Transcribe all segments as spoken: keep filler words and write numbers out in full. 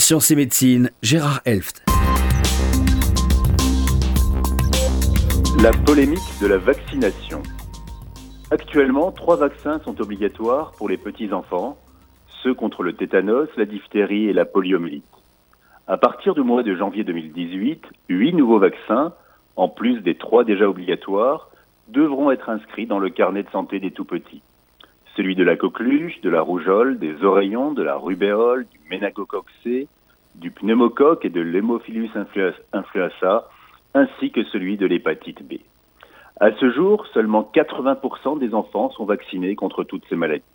Sciences et médecine, Gérard Elft. La polémique de la vaccination. Actuellement, trois vaccins sont obligatoires pour les petits-enfants, ceux contre le tétanos, la diphtérie et la poliomyélite. À partir du mois de janvier deux mille dix-huit, huit nouveaux vaccins, en plus des trois déjà obligatoires, devront être inscrits dans le carnet de santé des tout-petits. Celui de la coqueluche, de la rougeole, des oreillons, de la rubéole, du méningocoque C, du pneumocoque et de l'hémophilus influenza, ainsi que celui de l'hépatite B. À ce jour, seulement quatre-vingts pour cent des enfants sont vaccinés contre toutes ces maladies.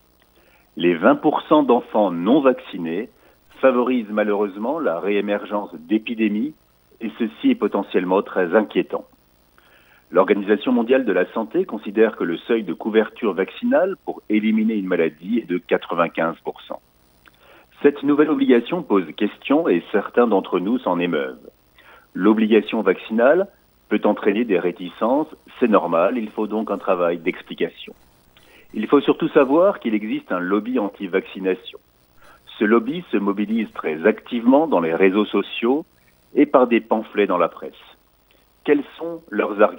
Les vingt pour cent d'enfants non vaccinés favorisent malheureusement la réémergence d'épidémies et ceci est potentiellement très inquiétant. L'Organisation mondiale de la santé considère que le seuil de couverture vaccinale pour éliminer une maladie est de quatre-vingt-quinze pour cent. Cette nouvelle obligation pose question et certains d'entre nous s'en émeuvent. L'obligation vaccinale peut entraîner des réticences, c'est normal, il faut donc un travail d'explication. Il faut surtout savoir qu'il existe un lobby anti-vaccination. Ce lobby se mobilise très activement dans les réseaux sociaux et par des pamphlets dans la presse. Quels sont leurs arguments ?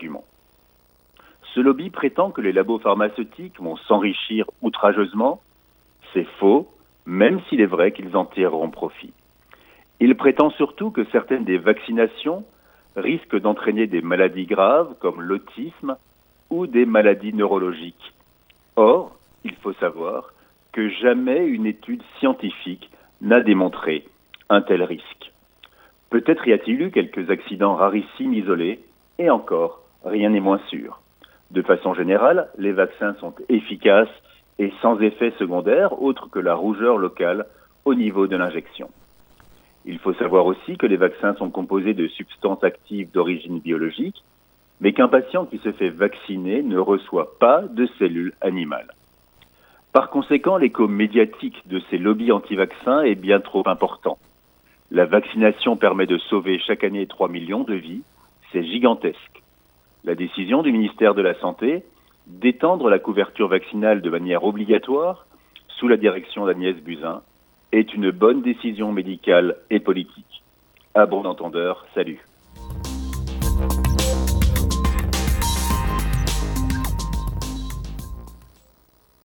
Ce lobby prétend que les labos pharmaceutiques vont s'enrichir outrageusement. C'est faux, même s'il est vrai qu'ils en tireront profit. Il prétend surtout que certaines des vaccinations risquent d'entraîner des maladies graves comme l'autisme ou des maladies neurologiques. Or, il faut savoir que jamais une étude scientifique n'a démontré un tel risque. Peut-être y a-t-il eu quelques accidents rarissimes isolés, et encore, rien n'est moins sûr. De façon générale, les vaccins sont efficaces et sans effet secondaire autre que la rougeur locale au niveau de l'injection. Il faut savoir aussi que les vaccins sont composés de substances actives d'origine biologique, mais qu'un patient qui se fait vacciner ne reçoit pas de cellules animales. Par conséquent, l'écho médiatique de ces lobbies anti-vaccins est bien trop important. La vaccination permet de sauver chaque année trois millions de vies, c'est gigantesque. La décision du ministère de la Santé d'étendre la couverture vaccinale de manière obligatoire, sous la direction d'Agnès Buzyn, est une bonne décision médicale et politique. À bon entendeur, salut.